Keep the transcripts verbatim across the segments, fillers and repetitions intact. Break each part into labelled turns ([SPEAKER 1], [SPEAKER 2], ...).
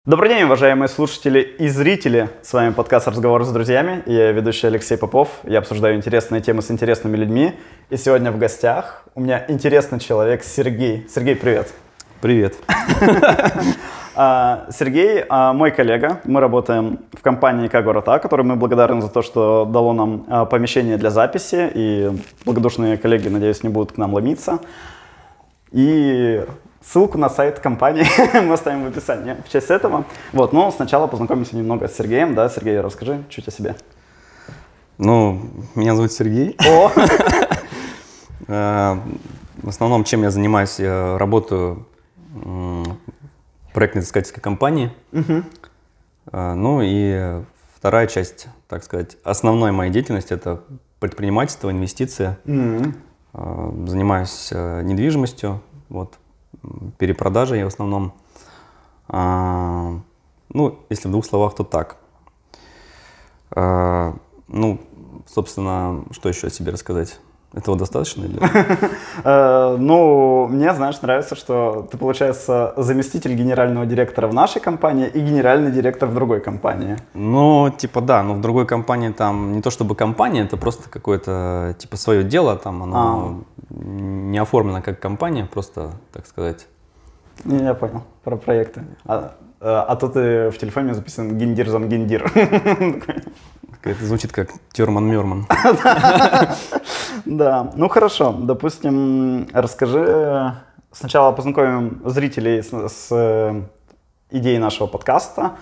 [SPEAKER 1] Добрый день, уважаемые слушатели и зрители. С вами подкаст «Разговор с друзьями». И я ведущий Алексей Попов. Я обсуждаю интересные темы с интересными людьми. И сегодня в гостях у меня интересный человек Сергей. Сергей, привет.
[SPEAKER 2] Привет.
[SPEAKER 1] Сергей мой коллега. Мы работаем в компании «Ка Город А», которой мы благодарны за то, что дало нам помещение для записи. И благодушные коллеги, надеюсь, не будут к нам ломиться. И ссылку на сайт компании мы оставим в описании в честь этого. Вот, но сначала познакомимся немного с Сергеем. Да, Сергей, расскажи чуть о себе.
[SPEAKER 2] Ну, меня зовут Сергей.
[SPEAKER 1] О!
[SPEAKER 2] В основном, чем я занимаюсь, я работаю в проектно-искательской компании. Ну и вторая часть, так сказать, основной моей деятельности – это предпринимательство, инвестиции. Занимаюсь недвижимостью, вот. Перепродажей в основном. А, ну, если в двух словах, то так. А, ну, собственно, что еще о себе рассказать? Этого достаточно?
[SPEAKER 1] Ну, мне, знаешь, нравится, что ты, получается, заместитель генерального директора в нашей компании и генеральный директор в другой компании.
[SPEAKER 2] Ну, типа да, но в другой компании там не то чтобы компания, это просто какое-то, типа, свое дело, там оно не оформлено как компания, просто, так сказать.
[SPEAKER 1] Не, я понял, про проекты. А, а то ты в телефоне записан гендир зам гендир.
[SPEAKER 2] Это звучит как Терман-Мерман.
[SPEAKER 1] Да, ну хорошо, допустим, расскажи, сначала познакомим зрителей с, с идеей нашего подкаста.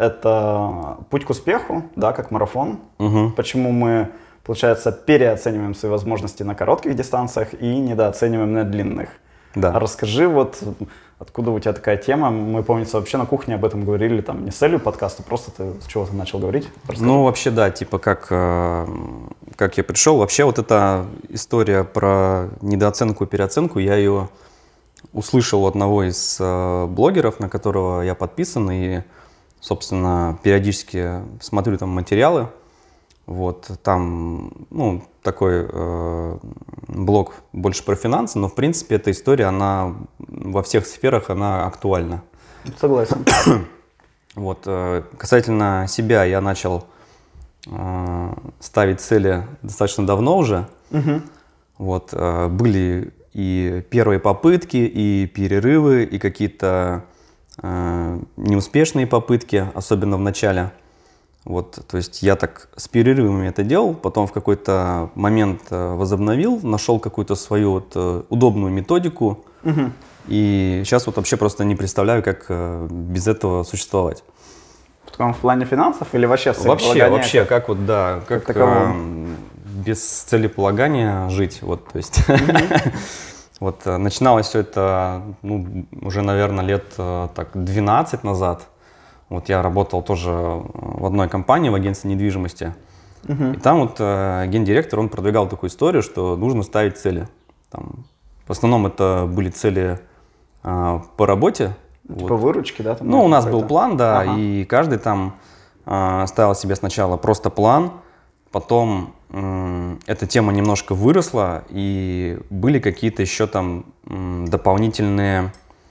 [SPEAKER 1] Это путь к успеху, да, как марафон.
[SPEAKER 2] Угу.
[SPEAKER 1] Почему мы, получается, переоцениваем свои возможности на коротких дистанциях и недооцениваем на длинных.
[SPEAKER 2] Да.
[SPEAKER 1] Расскажи, вот откуда у тебя такая тема. Мы, помнится, вообще на кухне об этом говорили, там не с целью подкаста, просто ты с чего ты начал говорить? Расскажи.
[SPEAKER 2] Ну, вообще, да, типа как, как я пришел. Вообще вот эта история про недооценку и переоценку, я ее услышал у одного из блогеров, на которого я подписан, и, собственно, периодически смотрю там материалы. Вот, там, ну, такой э, блог больше про финансы, но, в принципе, эта история, она во всех сферах, она актуальна.
[SPEAKER 1] Согласен.
[SPEAKER 2] Вот, э, касательно себя, я начал э, ставить цели достаточно давно уже.
[SPEAKER 1] Угу.
[SPEAKER 2] Вот, э, были и первые попытки, и перерывы, и какие-то э, неуспешные попытки, особенно в начале. Вот, то есть я так с перерывами это делал, потом в какой-то момент возобновил, нашел какую-то свою вот удобную методику.
[SPEAKER 1] Угу.
[SPEAKER 2] И сейчас вот вообще просто не представляю, как без этого существовать.
[SPEAKER 1] В таком в плане финансов или вообще в
[SPEAKER 2] Вообще, вообще, как, как вот, да, как,
[SPEAKER 1] как
[SPEAKER 2] э, без целеполагания жить, вот, то есть. Mm-hmm. Вот, начиналось все это, ну, уже, наверное, лет так двенадцать назад. Вот я работал тоже в одной компании, в агентстве недвижимости. Uh-huh. И там вот э, гендиректор, он продвигал такую историю, что нужно ставить цели. Там, в основном это были цели э, по работе.
[SPEAKER 1] Типа
[SPEAKER 2] вот.
[SPEAKER 1] Выручки, да? Там
[SPEAKER 2] ну, у нас
[SPEAKER 1] какой-то
[SPEAKER 2] был план, да,
[SPEAKER 1] ага.
[SPEAKER 2] И каждый там э, ставил себе сначала просто план, потом э, эта тема немножко выросла, и были какие-то еще там э, дополнительные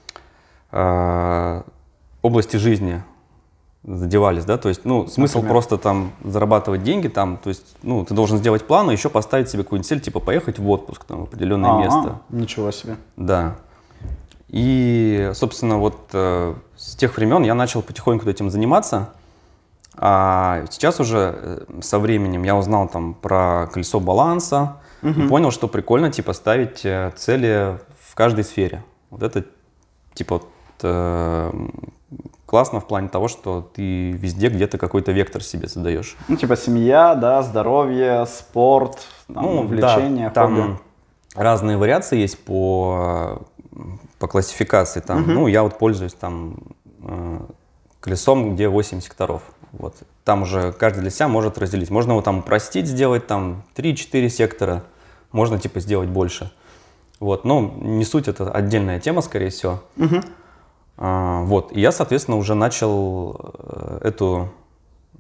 [SPEAKER 2] э, области жизни задевались, да, то есть, ну, смысл
[SPEAKER 1] Например?
[SPEAKER 2] Просто там зарабатывать деньги, там, то есть, ну, ты должен сделать план и еще поставить себе какую-нибудь цель, типа поехать в отпуск, там, в определенное
[SPEAKER 1] А-а,
[SPEAKER 2] место.
[SPEAKER 1] Ничего себе.
[SPEAKER 2] Да. И, собственно, вот э, с тех времен я начал потихоньку этим заниматься, а сейчас уже э, со временем я узнал там про колесо баланса, угу. И понял, что прикольно, типа, ставить э, цели в каждой сфере. Вот это, типа, вот, э, классно в плане того, что ты везде где-то какой-то вектор себе задаешь.
[SPEAKER 1] Ну, типа семья, да, здоровье, спорт, там,
[SPEAKER 2] ну,
[SPEAKER 1] увлечения,
[SPEAKER 2] да,
[SPEAKER 1] хобби.
[SPEAKER 2] Там разные вариации есть по, по классификации. Там,
[SPEAKER 1] угу.
[SPEAKER 2] Ну, я вот пользуюсь там колесом, где восемь секторов. Вот. Там уже каждый для себя может разделить. Можно его там упростить, сделать там три-четыре сектора. Можно типа сделать больше. Вот. Но не суть, это отдельная тема, скорее всего.
[SPEAKER 1] Угу.
[SPEAKER 2] Вот, и я, соответственно, уже начал эту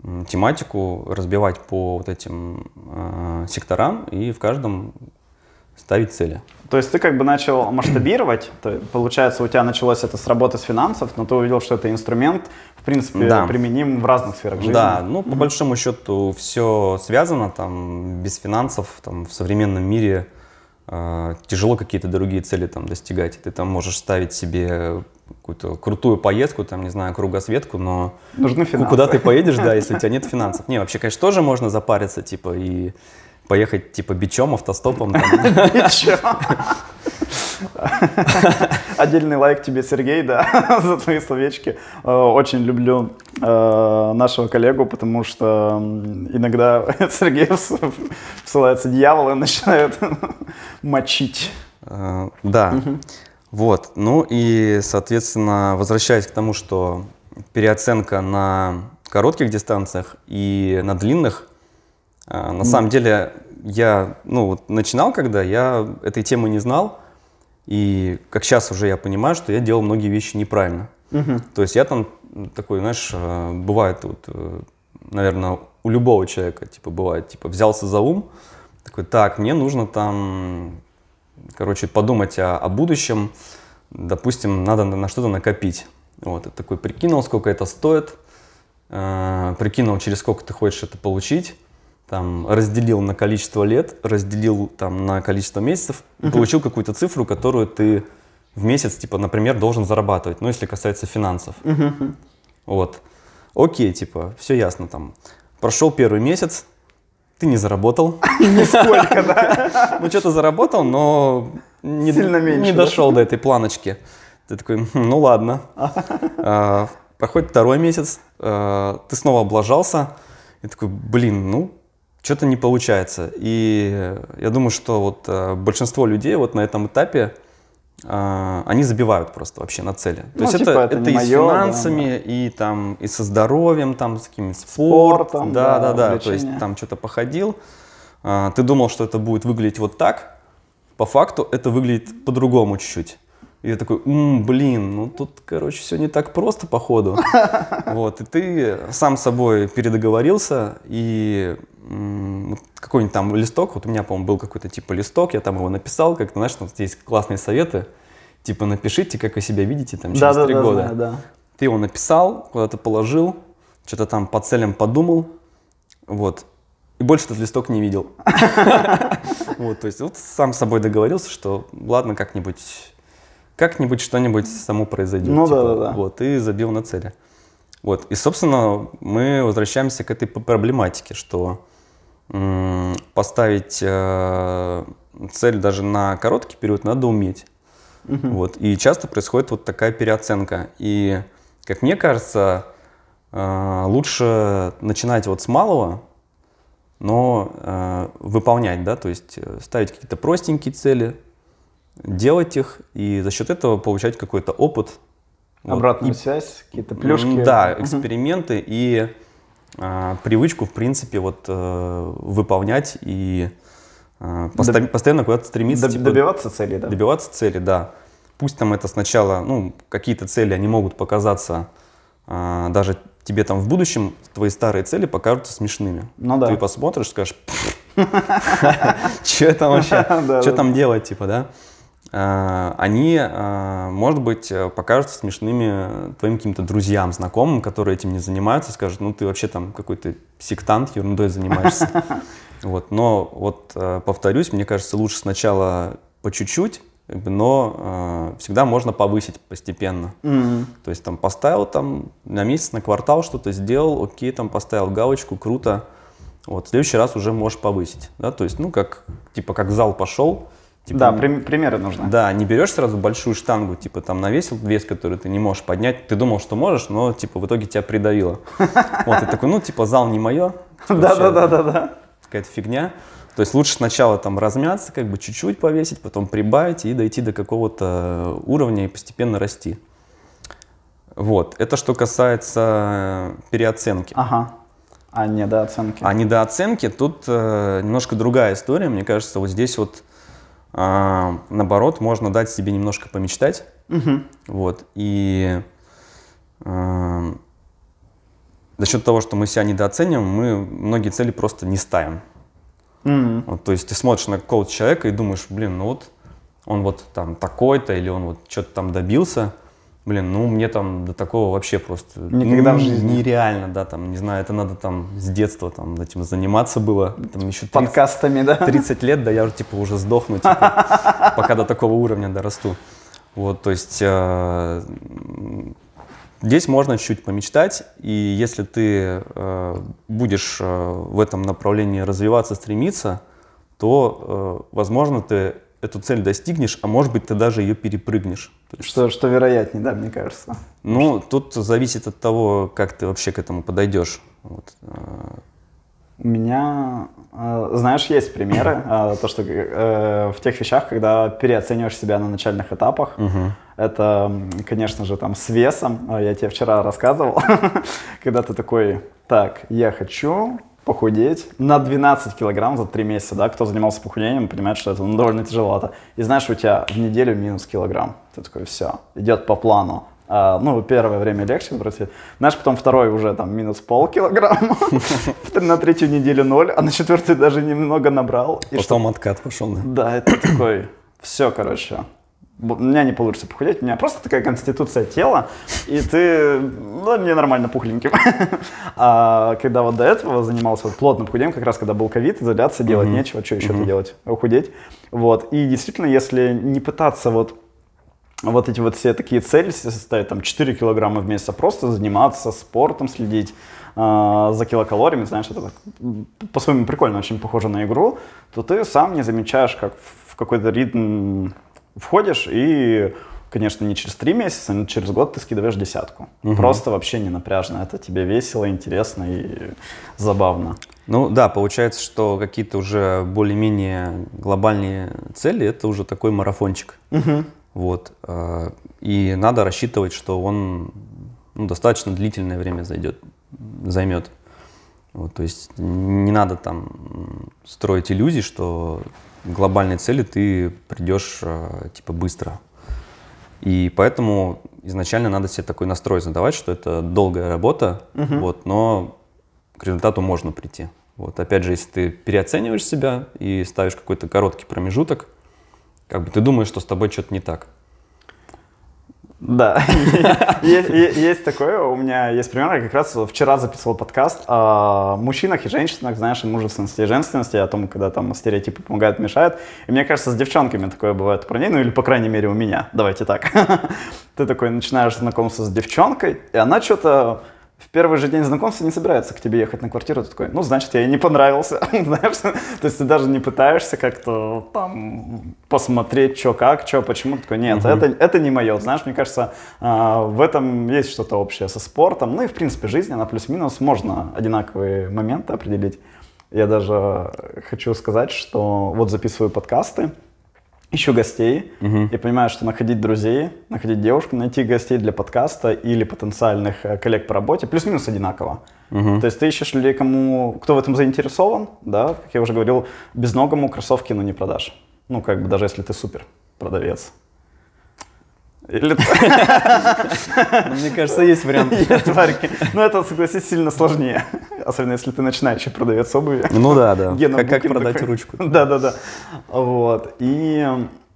[SPEAKER 2] тематику разбивать по вот этим э, секторам, и в каждом ставить цели.
[SPEAKER 1] То есть ты как бы начал масштабировать, то, получается, у тебя началось это с работы с финансов, но ты увидел, что это инструмент, в принципе,
[SPEAKER 2] да.
[SPEAKER 1] применим в разных сферах жизни.
[SPEAKER 2] Да, ну, по mm-hmm. большому счету, все связано, там, без финансов, там, в современном мире э, тяжело какие-то другие цели там достигать. Ты там можешь ставить себе какую-то крутую поездку, там, не знаю, кругосветку, но
[SPEAKER 1] нужны финансы.
[SPEAKER 2] Куда ты поедешь, да, если у тебя нет финансов? Не, вообще, конечно, тоже можно запариться, типа, и поехать, типа, бичом, автостопом.
[SPEAKER 1] Бичом. Отдельный лайк тебе, Сергей, да, за твои словечки. Очень люблю нашего коллегу, потому что иногда Сергей всылается дьявол и начинает мочить.
[SPEAKER 2] Да, вот. Ну и, соответственно, возвращаясь к тому, что переоценка на коротких дистанциях и на длинных, на mm. самом деле я ну, вот начинал, когда я этой темы не знал, и как сейчас уже я понимаю, что я делал многие вещи неправильно. Mm-hmm. То есть я там такой, знаешь, бывает, вот, наверное, у любого человека, типа, бывает, типа, взялся за ум, такой, так, мне нужно там, короче, подумать о, о будущем, допустим, надо на что-то накопить. Вот, я такой прикинул, сколько это стоит, э, прикинул, через сколько ты хочешь это получить, там, разделил на количество лет, разделил там, на количество месяцев, и uh-huh. получил какую-то цифру, которую ты в месяц, типа, например, должен зарабатывать, ну, если касается финансов. Uh-huh. Вот. Окей, типа, все ясно там. Прошел первый месяц, ты не заработал.
[SPEAKER 1] Нисколько, да?
[SPEAKER 2] Ну, что-то заработал, но не дошел до этой планочки. Ты такой, ну ладно. А, проходит второй месяц, а, ты снова облажался. И такой, блин, ну, что-то не получается. И я думаю, что вот а, большинство людей вот на этом этапе, а, они забивают просто вообще на цели. То
[SPEAKER 1] ну,
[SPEAKER 2] есть
[SPEAKER 1] типа,
[SPEAKER 2] это,
[SPEAKER 1] это,
[SPEAKER 2] это и
[SPEAKER 1] моё,
[SPEAKER 2] с финансами,
[SPEAKER 1] да, да.
[SPEAKER 2] и, там, и со здоровьем, там, с каким-то спортом.
[SPEAKER 1] спортом
[SPEAKER 2] да,
[SPEAKER 1] да,
[SPEAKER 2] да, да. То есть там что-то походил. А, ты думал, что это будет выглядеть вот так. По факту это выглядит по-другому чуть-чуть. И я такой, м-м, блин, ну тут, короче, все не так просто, походу. Вот, и ты сам с собой передоговорился, и м- какой-нибудь там листок, вот у меня, по-моему, был какой-то типа листок, я там его написал, как-то, знаешь, вот здесь классные советы, типа напишите, как вы себя видите там через
[SPEAKER 1] да,
[SPEAKER 2] три
[SPEAKER 1] да,
[SPEAKER 2] года.
[SPEAKER 1] Да, да.
[SPEAKER 2] Ты его написал, куда-то положил, что-то там по целям подумал, вот. И больше этот листок не видел. Вот, то есть вот сам с собой договорился, что ладно, как-нибудь, как-нибудь что-нибудь само произойдет.
[SPEAKER 1] Ну
[SPEAKER 2] типа,
[SPEAKER 1] да, да, да.
[SPEAKER 2] Вот, и забил на цели. Вот, и, собственно, мы возвращаемся к этой проблематике, что м- поставить э- цель даже на короткий период надо уметь. Uh-huh. Вот, и часто происходит вот такая переоценка. И, как мне кажется, э- лучше начинать вот с малого, но э, выполнять, да, то есть ставить какие-то простенькие цели, делать их и за счет этого получать какой-то опыт.
[SPEAKER 1] Обратную
[SPEAKER 2] вот.
[SPEAKER 1] связь, какие-то плюшки.
[SPEAKER 2] Да, эксперименты uh-huh. и э, привычку, в принципе, вот, э, выполнять и э, поста- Доб... постоянно куда-то стремиться.
[SPEAKER 1] Доб-
[SPEAKER 2] типа,
[SPEAKER 1] добиваться цели, да?
[SPEAKER 2] Добиваться цели, да. Пусть там это сначала, ну, какие-то цели, они могут показаться э, даже тебе там в будущем твои старые цели покажутся смешными.
[SPEAKER 1] Ну да.
[SPEAKER 2] Ты посмотришь, скажешь, что там вообще, что там делать, типа, да? Они, может быть, покажутся смешными твоим каким-то друзьям, знакомым, которые этим не занимаются, скажут, ну ты вообще там какой-то сектант, ерундой занимаешься. Вот. Но вот повторюсь, мне кажется, лучше сначала по чуть-чуть, но э, всегда можно повысить постепенно. Mm-hmm. То есть там поставил там на месяц, на квартал что-то сделал, окей, там поставил галочку, круто. Вот, в следующий раз уже можешь повысить. Да? То есть, ну, как, типа, как в зал пошел. Типа,
[SPEAKER 1] да, при, примеры нужны.
[SPEAKER 2] Да, не берешь сразу большую штангу, типа там навесил вес, который ты не можешь поднять. Ты думал, что можешь, но типа в итоге тебя придавило. Вот, и такой, ну, типа, зал не мое.
[SPEAKER 1] Да-да-да-да-да.
[SPEAKER 2] Какая-то фигня. То есть лучше сначала там размяться, как бы чуть-чуть повесить, потом прибавить и дойти до какого-то уровня и постепенно расти. Вот. Это что касается переоценки.
[SPEAKER 1] Ага. А недооценки?
[SPEAKER 2] А недооценки тут э, немножко другая история. Мне кажется, вот здесь вот э, наоборот можно дать себе немножко помечтать.
[SPEAKER 1] Угу.
[SPEAKER 2] Вот. И э, за счет того, что мы себя недооцениваем, мы многие цели просто не ставим.
[SPEAKER 1] Mm-hmm.
[SPEAKER 2] Вот, то есть ты смотришь на какого-то человека и думаешь, блин, ну вот он вот там такой-то, или он вот что-то там добился. Блин, ну мне там до такого вообще просто
[SPEAKER 1] никогда
[SPEAKER 2] ну,
[SPEAKER 1] в жизни.
[SPEAKER 2] Нереально, да, там, не знаю, это надо там с детства там этим заниматься было. Там еще тридцать,
[SPEAKER 1] подкастами, да?
[SPEAKER 2] тридцать лет, да, я уже типа уже сдохну, типа, пока до такого уровня дорасту. Вот, то есть э, здесь можно чуть-чуть помечтать, и если ты э, будешь э, в этом направлении развиваться, стремиться, то, э, возможно, ты эту цель достигнешь, а может быть, ты даже ее перепрыгнешь.
[SPEAKER 1] Есть, что, что вероятнее, да, мне кажется.
[SPEAKER 2] Ну, тут зависит от того, как ты вообще к этому подойдешь. Вот.
[SPEAKER 1] У меня, знаешь, есть примеры, то, что в тех вещах, когда переоцениваешь себя на начальных этапах,
[SPEAKER 2] угу.
[SPEAKER 1] это, конечно же, там с весом, я тебе вчера рассказывал, когда ты такой, так, я хочу похудеть на двенадцать килограмм за три месяца, да, кто занимался похудением, понимает, что это ну, довольно тяжеловато. И знаешь, у тебя в неделю минус килограмм, ты такой, все, идет по плану. А, ну, первое время легче, вроде. Знаешь, потом второй уже там минус полкилограмма, на третью неделю ноль, а на четвертую даже немного набрал.
[SPEAKER 2] Потом откат пошел, да?
[SPEAKER 1] Да, это такой, все, короче. У меня не получится похудеть, у меня просто такая конституция тела, и ты, ну, мне нормально пухленьким. А когда вот до этого занимался вот плотным похудением, как раз когда был ковид, изоляция, делать mm-hmm. нечего, что еще-то mm-hmm. делать, ухудеть. Вот, и действительно, если не пытаться вот, вот эти вот все такие цели ставить, там, четыре килограмма в месяц, а просто заниматься спортом, следить э, за килокалориями, знаешь, это так, по-своему прикольно, очень похоже на игру, то ты сам не замечаешь, как в какой-то ритм входишь, и, конечно, не через три месяца, но через год ты скидываешь десятку. Угу. Просто вообще не напряжно. Это тебе весело, интересно и забавно.
[SPEAKER 2] Ну да, получается, что какие-то уже более-менее глобальные цели, это уже такой марафончик.
[SPEAKER 1] Угу.
[SPEAKER 2] Вот. И надо рассчитывать, что он ну, достаточно длительное время зайдет, займет. Вот, то есть не надо там строить иллюзий, что глобальной цели ты придешь э, типа быстро. И поэтому изначально надо себе такой настрой задавать, что это долгая работа, uh-huh. вот, но к результату можно прийти. Вот, опять же, если ты переоцениваешь себя и ставишь какой-то короткий промежуток, как бы ты думаешь, что с тобой что-то не так.
[SPEAKER 1] Да, есть, есть такое, у меня есть пример, я как раз вчера записывал подкаст о мужчинах и женщинах, знаешь, о мужественности и женственности, о том, когда там стереотипы помогают, мешают. И мне кажется, с девчонками такое бывает у парней, ну или по крайней мере у меня, давайте так. Ты такой начинаешь знакомство с девчонкой, и она что-то в первый же день знакомства не собирается к тебе ехать на квартиру, ты такой, ну, значит, я ей не понравился, знаешь, то есть ты даже не пытаешься как-то там посмотреть, что как, что, почему, ты такой, нет, uh-huh. это, это не мое, знаешь, мне кажется, в этом есть что-то общее со спортом, ну и, в принципе, жизнь, она плюс-минус, можно одинаковые моменты определить. Я даже хочу сказать, что вот записываю подкасты, ищу гостей,
[SPEAKER 2] uh-huh.
[SPEAKER 1] и понимаю, что находить друзей, находить девушку, найти гостей для подкаста или потенциальных коллег по работе плюс-минус одинаково. Uh-huh. То есть ты ищешь людей, кому, кто в этом заинтересован, да, как я уже говорил, безногому кроссовки, ну, не продашь. Ну, как бы даже если ты супер продавец. Или...
[SPEAKER 2] Мне кажется, есть вариант.
[SPEAKER 1] Но это, согласись, сильно сложнее. Особенно, если ты начинающий продавец обуви.
[SPEAKER 2] Ну да, да. Как продать ручку.
[SPEAKER 1] Да, да, да. Вот. И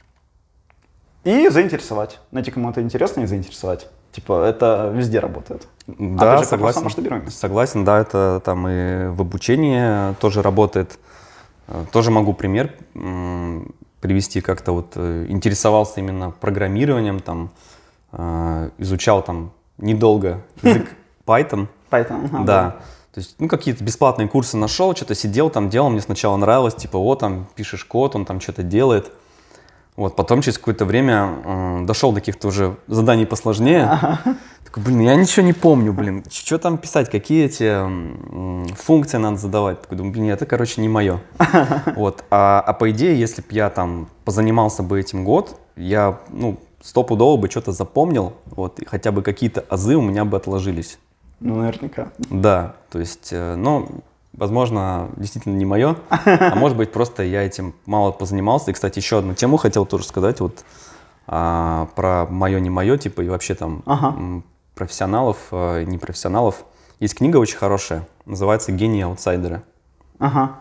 [SPEAKER 1] заинтересовать. Найти кому-то интересно и заинтересовать. Типа, это везде работает.
[SPEAKER 2] Да, согласен. Согласен, да, это там и в обучении тоже работает. Тоже могу пример привести, как-то вот интересовался именно программированием, там, э, изучал там недолго язык Python.
[SPEAKER 1] Python, ага,
[SPEAKER 2] да. да. То есть, ну, какие-то бесплатные курсы нашел, что-то сидел там, делал, мне сначала нравилось, типа, вот там пишешь код, он там что-то делает. Вот, потом через какое-то время э, дошел до каких-то уже заданий посложнее. Ага. Такой, блин, я ничего не помню, блин, что там писать, какие эти э, функции надо задавать. Такой, думаю, блин, это, короче, не мое. Вот, а, а по идее, если бы я там позанимался бы этим год, я, ну, стопудово бы что-то запомнил, вот, и хотя бы какие-то азы у меня бы отложились.
[SPEAKER 1] Ну, наверняка.
[SPEAKER 2] Да, то есть, э, ну, возможно, действительно не мое, а может быть, просто я этим мало позанимался. И, кстати, еще одну тему хотел тоже сказать, вот, а, про мое, не мое, типа, и вообще там ага. профессионалов, а, непрофессионалов. Есть книга очень хорошая, называется «Гении аутсайдеры».
[SPEAKER 1] Ага.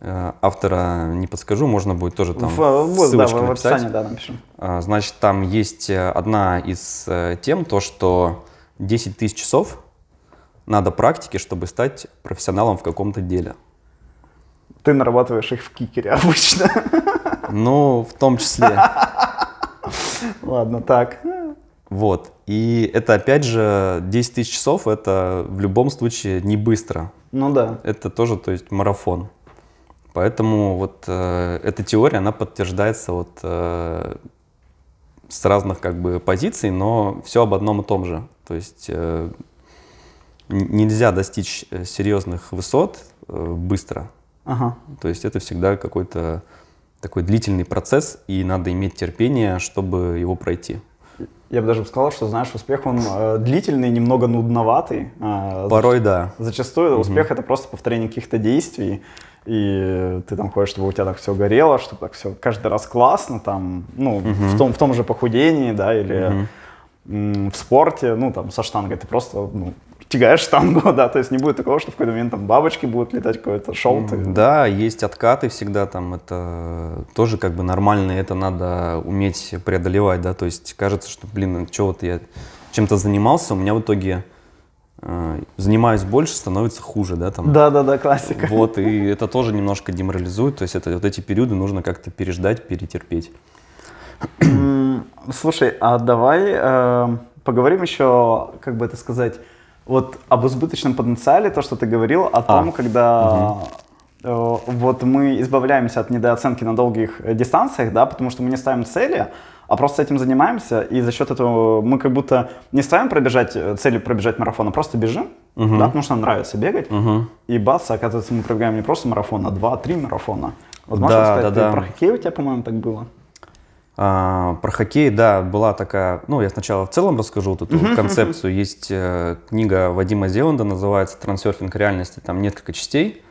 [SPEAKER 2] Автора не подскажу, можно будет тоже там
[SPEAKER 1] в,
[SPEAKER 2] ссылочку
[SPEAKER 1] да, в
[SPEAKER 2] написать.
[SPEAKER 1] описании, да, напишем.
[SPEAKER 2] Значит, там есть одна из тем, то, что десять тысяч часов надо практики, чтобы стать профессионалом в каком-то деле.
[SPEAKER 1] Ты нарабатываешь их в кикере обычно.
[SPEAKER 2] Ну, в том числе.
[SPEAKER 1] Ладно, так.
[SPEAKER 2] Вот. И это, опять же, десять тысяч часов, это в любом случае не быстро.
[SPEAKER 1] Ну да.
[SPEAKER 2] Это тоже, то есть, марафон. Поэтому вот э, эта теория, она подтверждается вот э, с разных как бы позиций, но все об одном и том же. То есть э, нельзя достичь серьезных высот э, быстро.
[SPEAKER 1] Ага.
[SPEAKER 2] То есть это всегда какой-то такой длительный процесс, и надо иметь терпение, чтобы его пройти.
[SPEAKER 1] Я бы даже сказал, что, знаешь, успех, он э, длительный, немного нудноватый. Э,
[SPEAKER 2] Порой,
[SPEAKER 1] зач...
[SPEAKER 2] да.
[SPEAKER 1] Зачастую
[SPEAKER 2] Угу.
[SPEAKER 1] успех — это просто повторение каких-то действий, и ты там хочешь, чтобы у тебя так все горело, чтобы так все каждый раз классно, там, ну,
[SPEAKER 2] Угу.
[SPEAKER 1] в, том, в том же похудении, да, или
[SPEAKER 2] Угу.
[SPEAKER 1] м, в спорте, ну, там, со штангой, ты просто, ну, тягаешь штангу, да, то есть не будет такого, что в какой-то момент там бабочки будут летать, какой-то шелт.
[SPEAKER 2] Да, есть откаты всегда, там это тоже как бы нормально, это надо уметь преодолевать, да, то есть кажется, что, блин, что вот я чем-то занимался, у меня в итоге э, занимаюсь больше, становится хуже, да, там.
[SPEAKER 1] Да-да-да, классика.
[SPEAKER 2] Вот, и это тоже немножко деморализует, то есть это, вот эти периоды нужно как-то переждать, перетерпеть.
[SPEAKER 1] Слушай, а давай э, поговорим еще, как бы это сказать, вот об избыточном потенциале, то, что ты говорил, о том, а. когда угу. э, вот мы избавляемся от недооценки на долгих дистанциях, да, потому что мы не ставим цели, а просто этим занимаемся, и за счет этого мы как будто не ставим пробежать, цели пробежать марафон, а просто бежим, угу. да, потому что нам нравится бегать, угу. и бац, оказывается, мы пробегаем не просто марафон, а два-три марафона. Вот можешь
[SPEAKER 2] да,
[SPEAKER 1] сказать,
[SPEAKER 2] да,
[SPEAKER 1] ты
[SPEAKER 2] да.
[SPEAKER 1] про хоккей у тебя, по-моему, так было?
[SPEAKER 2] А, про хоккей, да, была такая, ну, я сначала в целом расскажу вот эту uh-huh, концепцию. Uh-huh. Есть э, книга Вадима Зеланда, называется «Трансерфинг реальности», там несколько частей,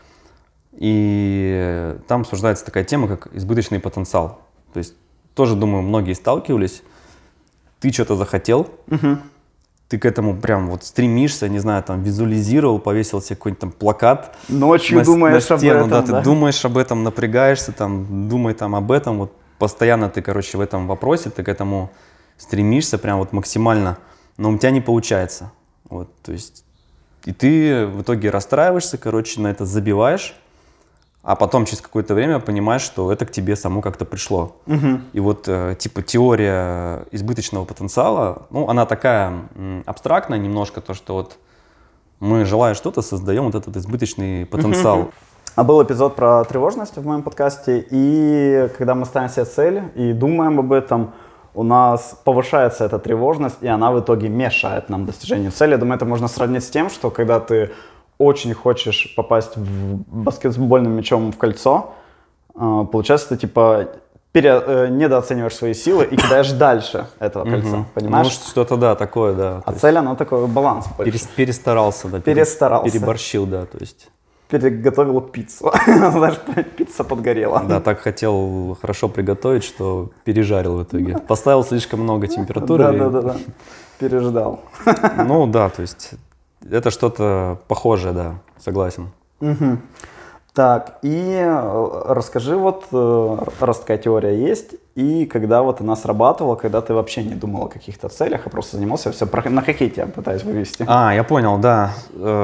[SPEAKER 2] и там обсуждается такая тема, как избыточный потенциал. То есть тоже, думаю, многие сталкивались. Ты что-то захотел, uh-huh. ты к этому прям вот стремишься, не знаю, там визуализировал, повесил себе какой-нибудь там плакат.
[SPEAKER 1] Ночью
[SPEAKER 2] на,
[SPEAKER 1] думаешь
[SPEAKER 2] на стену,
[SPEAKER 1] об этом,
[SPEAKER 2] да,
[SPEAKER 1] да?
[SPEAKER 2] Ты думаешь об этом, напрягаешься, там, думай там об этом, вот. Постоянно ты, короче, в этом вопросе, ты к этому стремишься прям вот максимально, но у тебя не получается. Вот, то есть, и ты в итоге расстраиваешься, короче, на это забиваешь, а потом через какое-то время понимаешь, что это к тебе само как-то пришло. Угу. И вот, э, типа, теория избыточного потенциала, ну, она такая м, абстрактная немножко, то, что вот мы, желая что-то, создаем вот этот избыточный потенциал. Угу.
[SPEAKER 1] А был эпизод про тревожность в моем подкасте, и когда мы ставим себе цель и думаем об этом, у нас повышается эта тревожность, и она в итоге мешает нам достижению цели. Я думаю, это можно сравнить с тем, что когда ты очень хочешь попасть в баскетбольным мячом в кольцо, получается, ты типа пере, недооцениваешь свои силы и кидаешь дальше этого кольца, угу. Понимаешь?
[SPEAKER 2] Может, что-то, да, такое, да.
[SPEAKER 1] А цель, она такой баланс.
[SPEAKER 2] Перес, перестарался, да.
[SPEAKER 1] Перестарался.
[SPEAKER 2] Переборщил, да, то есть.
[SPEAKER 1] Переготовил пиццу. Знаешь, пицца подгорела.
[SPEAKER 2] Да, так хотел хорошо приготовить, что пережарил в итоге. Поставил слишком много температуры.
[SPEAKER 1] Да, да, да, да. Переждал.
[SPEAKER 2] Ну да, то есть это что-то похожее, да, согласен.
[SPEAKER 1] Угу. Так, и расскажи, вот, раз такая теория есть, и когда вот она срабатывала, когда ты вообще не думал о каких-то целях, а просто занимался, все, на хоккей тебя пытаюсь вывести.
[SPEAKER 2] А, я понял, да.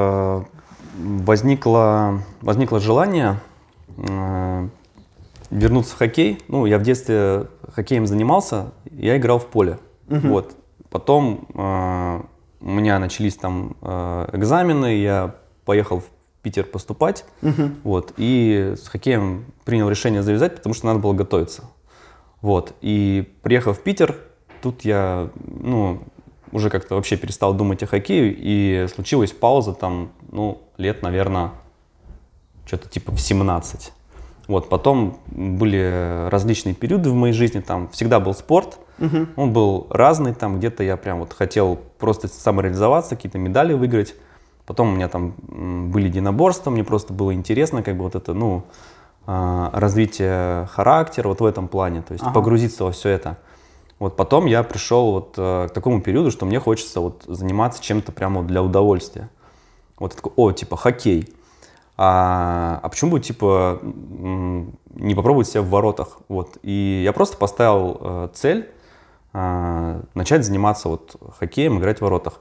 [SPEAKER 2] Возникло, возникло желание э, вернуться в хоккей. Ну, я в детстве хоккеем занимался, я играл в поле. Uh-huh. Вот. Потом э, у меня начались там э, экзамены, я поехал в Питер поступать. Uh-huh. Вот, и с хоккеем принял решение завязать, потому что надо было готовиться. Вот. И приехав в Питер, тут я, ну, уже как-то вообще перестал думать о хоккее, и случилась пауза там, ну, лет, наверное, что-то типа в семнадцать. Вот, потом были различные периоды в моей жизни, там всегда был спорт, uh-huh. он был разный, там где-то я прям вот хотел просто самореализоваться, какие-то медали выиграть. Потом у меня там были единоборства, мне просто было интересно, как бы вот это, ну, развитие характера вот в этом плане, то есть uh-huh. погрузиться во все это. Вот потом я пришел вот к такому периоду, что мне хочется вот заниматься чем-то прямо для удовольствия. Вот такой, о, типа хоккей. а, а почему бы, типа, не попробовать себя в воротах? Вот. И я просто поставил э, цель э, начать заниматься вот хоккеем, играть в воротах.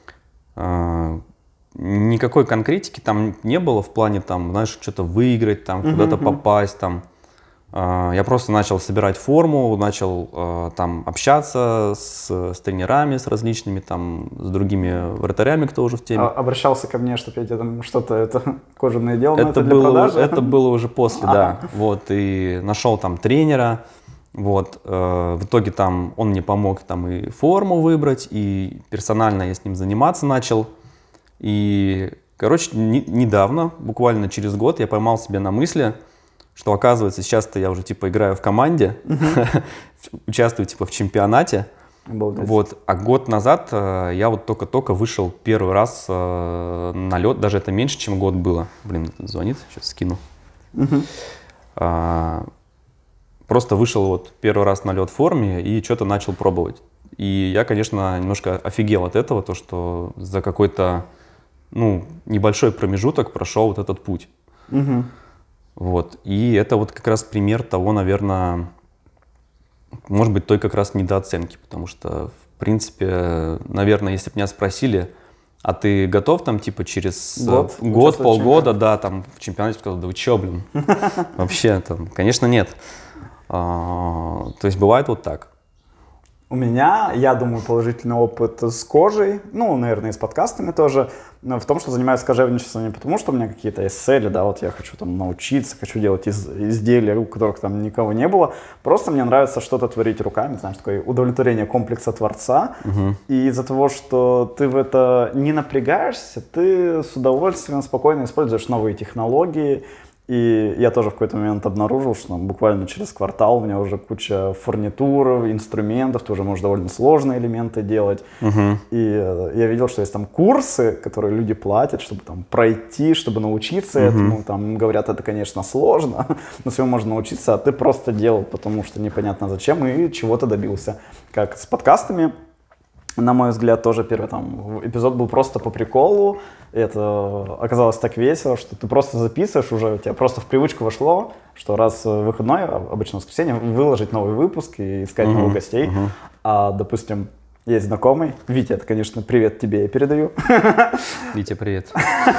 [SPEAKER 2] Э, никакой конкретики там не было в плане, там, знаешь, что-то выиграть, там, uh-huh, куда-то uh-huh. попасть, там. Я просто начал собирать форму, начал э, там общаться с, с тренерами, с различными, там, с другими вратарями, кто уже в теме.
[SPEAKER 1] А, обращался ко мне, чтобы я тебе там что-то, это кожаное дело,
[SPEAKER 2] это,
[SPEAKER 1] это
[SPEAKER 2] было,
[SPEAKER 1] для продажи?
[SPEAKER 2] Это было уже после, да. Вот, и нашел там тренера, вот, э, в итоге там он мне помог там и форму выбрать, и персонально я с ним заниматься начал. И, короче, не, недавно, буквально через год, я поймал себя на мысли, что, оказывается, сейчас-то я уже, типа, играю в команде, uh-huh. участвую, типа, в чемпионате. Вот. А год назад э, я вот только-только вышел первый раз э, на лед, даже это меньше, чем год было. Блин, звонит, сейчас скину. Uh-huh. А, просто вышел вот первый раз на лед в форме и что-то начал пробовать. И я, конечно, немножко офигел от этого, то, что за какой-то, ну, небольшой промежуток прошел вот этот путь. Uh-huh. Вот. И это вот как раз пример того, наверное, может быть, той как раз недооценки, потому что, в принципе, наверное, если бы меня спросили, а ты готов там, типа, через год, год полгода, да, там, в чемпионате, сказал, да вы чё, блин, вообще, там, конечно, нет. То есть бывает вот так.
[SPEAKER 1] У меня, я думаю, положительный опыт с кожей, ну, наверное, и с подкастами тоже, в том, что занимаюсь кожевничеством не потому, что у меня какие-то есть цели, да, вот я хочу там научиться, хочу делать из, изделия, у которых там никого не было, просто мне нравится что-то творить руками, знаешь, такое удовлетворение комплекса творца, угу. И из-за того, что ты в это не напрягаешься, ты с удовольствием спокойно используешь новые технологии. И я тоже в какой-то момент обнаружил, что там, буквально через квартал у меня уже куча фурнитур, инструментов, ты уже можешь довольно сложные элементы делать. Uh-huh. И э, я видел, что есть там курсы, которые люди платят, чтобы там пройти, чтобы научиться uh-huh. этому. Там говорят, это, конечно, сложно, но всего можно научиться, а ты просто делал, потому что непонятно зачем, и чего-то добился. Как с подкастами. На мой взгляд, тоже первый там эпизод был просто по приколу. Это оказалось так весело, что ты просто записываешь уже, у тебя просто в привычку вошло, что раз в выходной, обычно в воскресенье, выложить новый выпуск и искать uh-huh. новых гостей. Uh-huh. А, допустим, есть знакомый, Витя, это, конечно, привет тебе я передаю.
[SPEAKER 2] Витя, привет.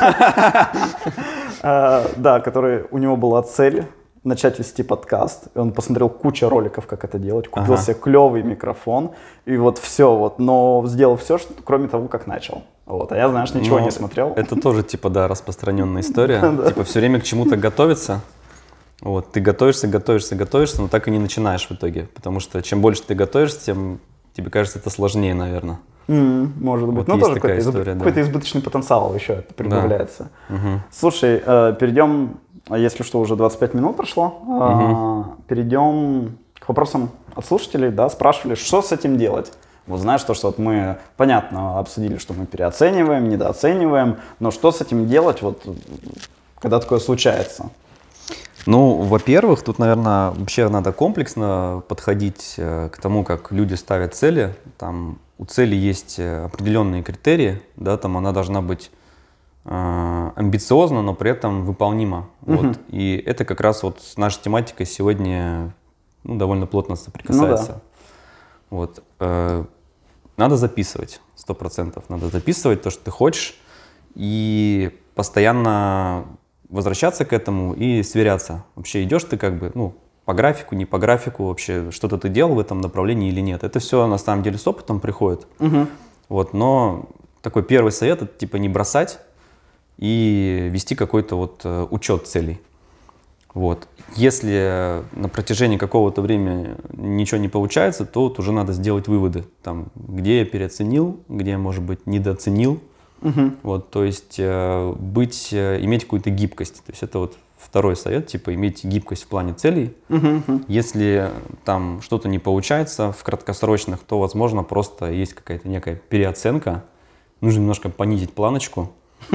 [SPEAKER 1] Да, который, у него была цель начать вести подкаст, и он посмотрел кучу роликов, как это делать, купил ага. себе клевый микрофон, и вот все, вот, но сделал все, что, кроме того, как начал. Вот, а я, знаешь, ничего но не смотрел.
[SPEAKER 2] Это тоже, типа, да, распространенная история, типа, все время к чему-то готовиться, вот, ты готовишься, готовишься, готовишься, но так и не начинаешь в итоге, потому что чем больше ты готовишься, тем тебе кажется, это сложнее, наверное.
[SPEAKER 1] Mm, может быть, вот ну тоже какой-то, история, изб... да. какой-то избыточный потенциал еще это прибавляется. Да. Угу. Слушай, э, перейдем, если что, уже двадцать пять минут прошло, угу. э, перейдем к вопросам от слушателей, да, спрашивали, что с этим делать. Вот знаешь, то, что вот мы, понятно, обсудили, что мы переоцениваем, недооцениваем, но что с этим делать, вот, когда такое случается?
[SPEAKER 2] Ну, во-первых, тут, наверное, вообще надо комплексно подходить э, к тому, как люди ставят цели. Там у цели есть определенные критерии, да, там она должна быть э, амбициозна, но при этом выполнима. Uh-huh. Вот. И это как раз вот с нашей тематикой сегодня ну, довольно плотно соприкасается. Ну, да. Вот. Э, надо записывать, сто процентов. Надо записывать то, что ты хочешь, и постоянно возвращаться к этому и сверяться. Вообще идешь ты как бы, ну, по графику, не по графику, вообще что-то ты делал в этом направлении или нет. Это все на самом деле с опытом приходит. Угу. Вот, но такой первый совет, это типа не бросать и вести какой-то вот э, учет целей. Вот. Если на протяжении какого-то времени ничего не получается, то вот уже надо сделать выводы. Там, где я переоценил, где я, может быть, недооценил. Uh-huh. Вот, то есть э, быть, э, иметь какую-то гибкость. То есть это вот второй совет, типа иметь гибкость в плане целей. Uh-huh. Если там что-то не получается в краткосрочных, то, возможно, просто есть какая-то некая переоценка. Нужно немножко понизить планочку.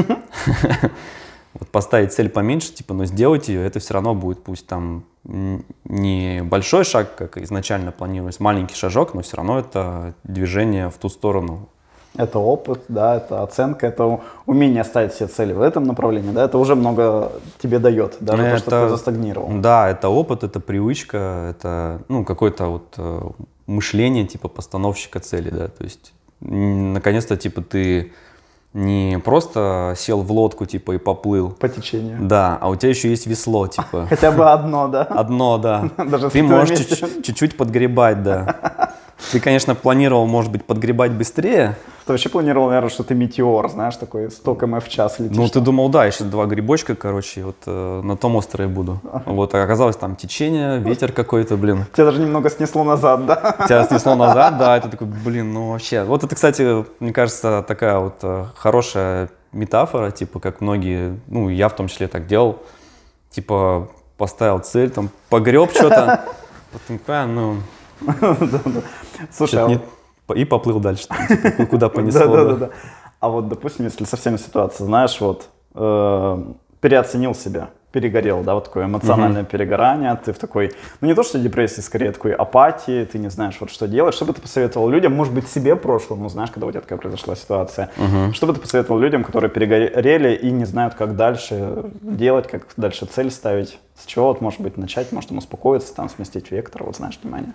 [SPEAKER 2] Вот, поставить цель поменьше, типа, но сделать ее, это все равно будет, пусть там не большой шаг, как изначально планировалось, маленький шажок, но все равно это движение в ту сторону.
[SPEAKER 1] это опыт, да, это оценка, это умение ставить себе цели в этом направлении, да, это уже много тебе дает, даже
[SPEAKER 2] это,
[SPEAKER 1] то, что ты застагнировал.
[SPEAKER 2] Да, это опыт, это привычка, это, ну, какое-то вот э, мышление, типа, постановщика цели, да, то есть, наконец-то, типа, ты не просто сел в лодку, типа, и поплыл.
[SPEAKER 1] По течению.
[SPEAKER 2] Да, а у тебя еще есть весло, типа.
[SPEAKER 1] Хотя бы одно, да?
[SPEAKER 2] Одно, да.
[SPEAKER 1] Даже
[SPEAKER 2] ты можешь чуть-чуть подгребать, да. Ты, конечно, планировал, может быть, подгребать быстрее.
[SPEAKER 1] Ты вообще планировал, наверное, что ты метеор, знаешь, такой сто километров в час летишь.
[SPEAKER 2] Ну, ты думал, да, еще два грибочка, короче, вот э, на том острове буду. Вот, а оказалось там течение, ветер какой-то, блин.
[SPEAKER 1] Тебя даже немного снесло назад, да?
[SPEAKER 2] Тебя снесло назад, да, это такой, блин, ну вообще. Вот это, кстати, мне кажется, такая вот э, хорошая метафора, типа, как многие, ну, я в том числе так делал, типа, поставил цель, там, погреб что-то, потом, а, ну...
[SPEAKER 1] Слушай, а
[SPEAKER 2] не... и поплыл дальше, типа, куда понесло.
[SPEAKER 1] Да, да, да. А вот, допустим, если совсем ситуация, знаешь, вот, э, переоценил себя, перегорел, да, вот такое эмоциональное uh-huh. перегорание, ты в такой, ну не то что депрессии, скорее такой апатии, ты не знаешь, вот что делать, что бы ты посоветовал людям, может быть, себе прошлому, знаешь, когда у тебя такая произошла ситуация, uh-huh. что бы ты посоветовал людям, которые перегорели и не знают, как дальше делать, как дальше цель ставить, с чего вот, может быть, начать, может, им успокоиться, там, сместить вектор, вот, знаешь, внимание.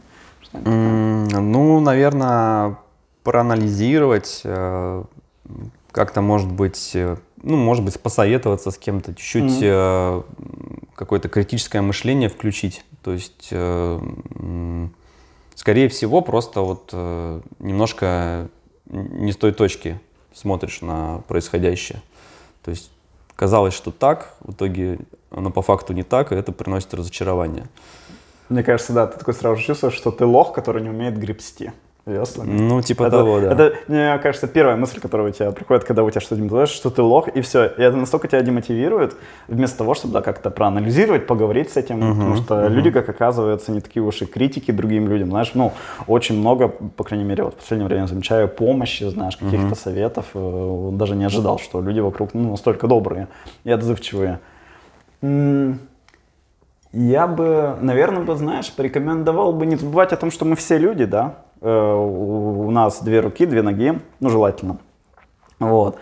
[SPEAKER 2] Mm, ну, наверное, проанализировать, э, как-то, может быть, э, ну, может быть, посоветоваться с кем-то, чуть-чуть mm-hmm. э, какое-то критическое мышление включить. То есть, э, э, скорее всего, просто вот э, немножко не с той точки смотришь на происходящее. То есть, казалось, что так, в итоге оно по факту не так, и это приносит разочарование.
[SPEAKER 1] Мне кажется, да, ты такой сразу же чувствуешь, что ты лох, который не умеет гребсти веслами.
[SPEAKER 2] Ну, типа
[SPEAKER 1] это,
[SPEAKER 2] того, да.
[SPEAKER 1] Это, мне кажется, первая мысль, которая у тебя приходит, когда у тебя что-нибудь делаешь, что ты лох, и все. И это настолько тебя демотивирует, вместо того, чтобы да, как-то проанализировать, поговорить с этим. Uh-huh, потому что uh-huh. люди, как оказывается, не такие уж и критики другим людям. Знаешь, ну, очень много, по крайней мере, вот в последнее время замечаю помощи, знаешь, каких-то uh-huh. советов. Даже не ожидал, что люди вокруг ну, настолько добрые и отзывчивые. Я бы, наверное, бы, знаешь, порекомендовал бы не забывать о том, что мы все люди, да. Э, у, у нас две руки, две ноги, ну, желательно. Вот.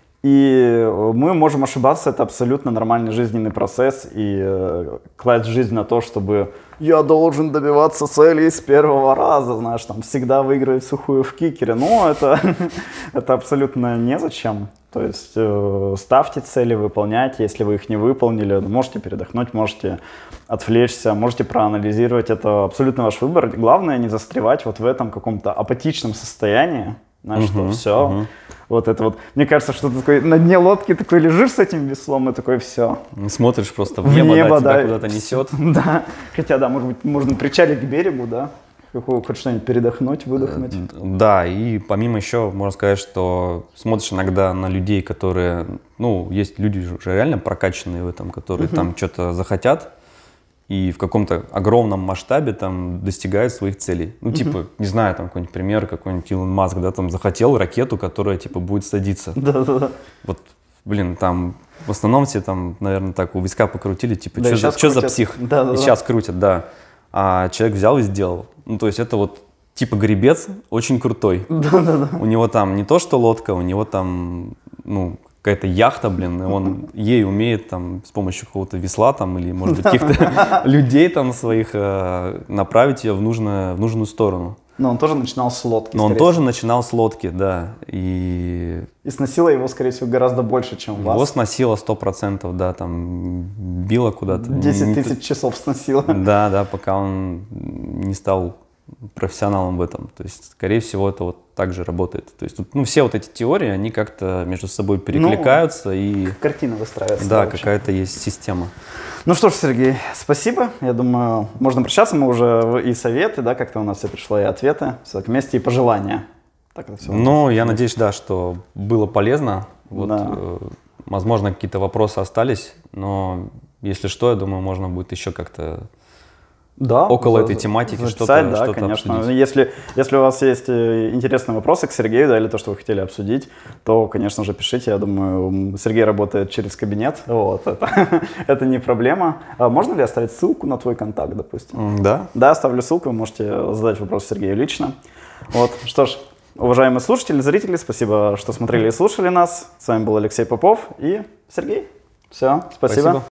[SPEAKER 1] И мы можем ошибаться, это абсолютно нормальный жизненный процесс. И э, класть жизнь на то, чтобы я должен добиваться цели с первого раза, знаешь, там, всегда выигрывать сухую в кикере. Ну, это, это абсолютно незачем. То есть э, ставьте цели, выполняйте. Если вы их не выполнили, можете передохнуть, можете отвлечься, можете проанализировать. Это абсолютно ваш выбор. Главное не застревать вот в этом каком-то апатичном состоянии. Знаешь, uh-huh, что все. Uh-huh. Вот это вот. Мне кажется, что ты такой на дне лодки такой лежишь с этим веслом и такой все.
[SPEAKER 2] Смотришь просто в небо, в небо да, тебя да, куда-то несет.
[SPEAKER 1] Да. Хотя, да, может быть, можно причалить к берегу, да. Хоть что-нибудь передохнуть, выдохнуть.
[SPEAKER 2] Да, и помимо еще, можно сказать, что смотришь иногда на людей, которые, ну, есть люди уже реально прокачанные в этом, которые uh-huh. там что-то захотят и в каком-то огромном масштабе там достигают своих целей. Ну, uh-huh. типа, не знаю, там какой-нибудь пример, какой-нибудь Илон Маск, да, там захотел ракету, которая, типа, будет садиться.
[SPEAKER 1] Да-да-да.
[SPEAKER 2] Вот, блин, там в основном все там, наверное, так у виска покрутили, типа, да, что за псих?
[SPEAKER 1] Да-да-да.
[SPEAKER 2] И сейчас крутят, да. А человек взял и сделал. Ну, то есть это вот типа гребец очень крутой.
[SPEAKER 1] Да-да-да.
[SPEAKER 2] У него там не то что лодка, у него там, ну, какая-то яхта, блин, и он ей умеет там с помощью какого-то весла там или, может быть, каких-то людей там своих э, направить ее в, нужное, в нужную сторону.
[SPEAKER 1] Но он тоже начинал с лодки.
[SPEAKER 2] Но он тоже всего. начинал с лодки, да. И...
[SPEAKER 1] и сносило его, скорее всего, гораздо больше, чем вас.
[SPEAKER 2] Его сносило сто процентов, да, там било куда-то.
[SPEAKER 1] десять тысяч часов сносило.
[SPEAKER 2] Да, да, пока он не стал профессионалом в этом. То есть, скорее всего, это вот так же работает. То есть, ну, все вот эти теории, они как-то между собой перекликаются. Ну, и
[SPEAKER 1] картина выстраивается.
[SPEAKER 2] Да, какая-то есть система.
[SPEAKER 1] Ну что ж, Сергей, спасибо. Я думаю, можно прощаться. Мы уже и советы, да, как-то у нас все пришло, и ответы. Все вместе, и пожелания. Так это все.
[SPEAKER 2] Ну, я надеюсь, да, что было полезно. Вот,
[SPEAKER 1] да.
[SPEAKER 2] э, возможно, какие-то вопросы остались, но если что, я думаю, можно будет еще как-то
[SPEAKER 1] да,
[SPEAKER 2] около
[SPEAKER 1] за,
[SPEAKER 2] этой тематики
[SPEAKER 1] записать,
[SPEAKER 2] что-то,
[SPEAKER 1] да,
[SPEAKER 2] что-то
[SPEAKER 1] конечно.
[SPEAKER 2] обсудить.
[SPEAKER 1] Если, если у вас есть интересные вопросы к Сергею, да, или то, что вы хотели обсудить, то, конечно же, пишите. Я думаю, Сергей работает через кабинет. Вот, это, это не проблема. А можно ли оставить ссылку на твой контакт, допустим?
[SPEAKER 2] Да.
[SPEAKER 1] Да, оставлю ссылку, вы можете задать вопрос Сергею лично. Вот, что ж, Уважаемые слушатели, зрители, спасибо, что смотрели и слушали нас. С вами был Алексей Попов и Сергей. Все, спасибо.
[SPEAKER 2] Спасибо.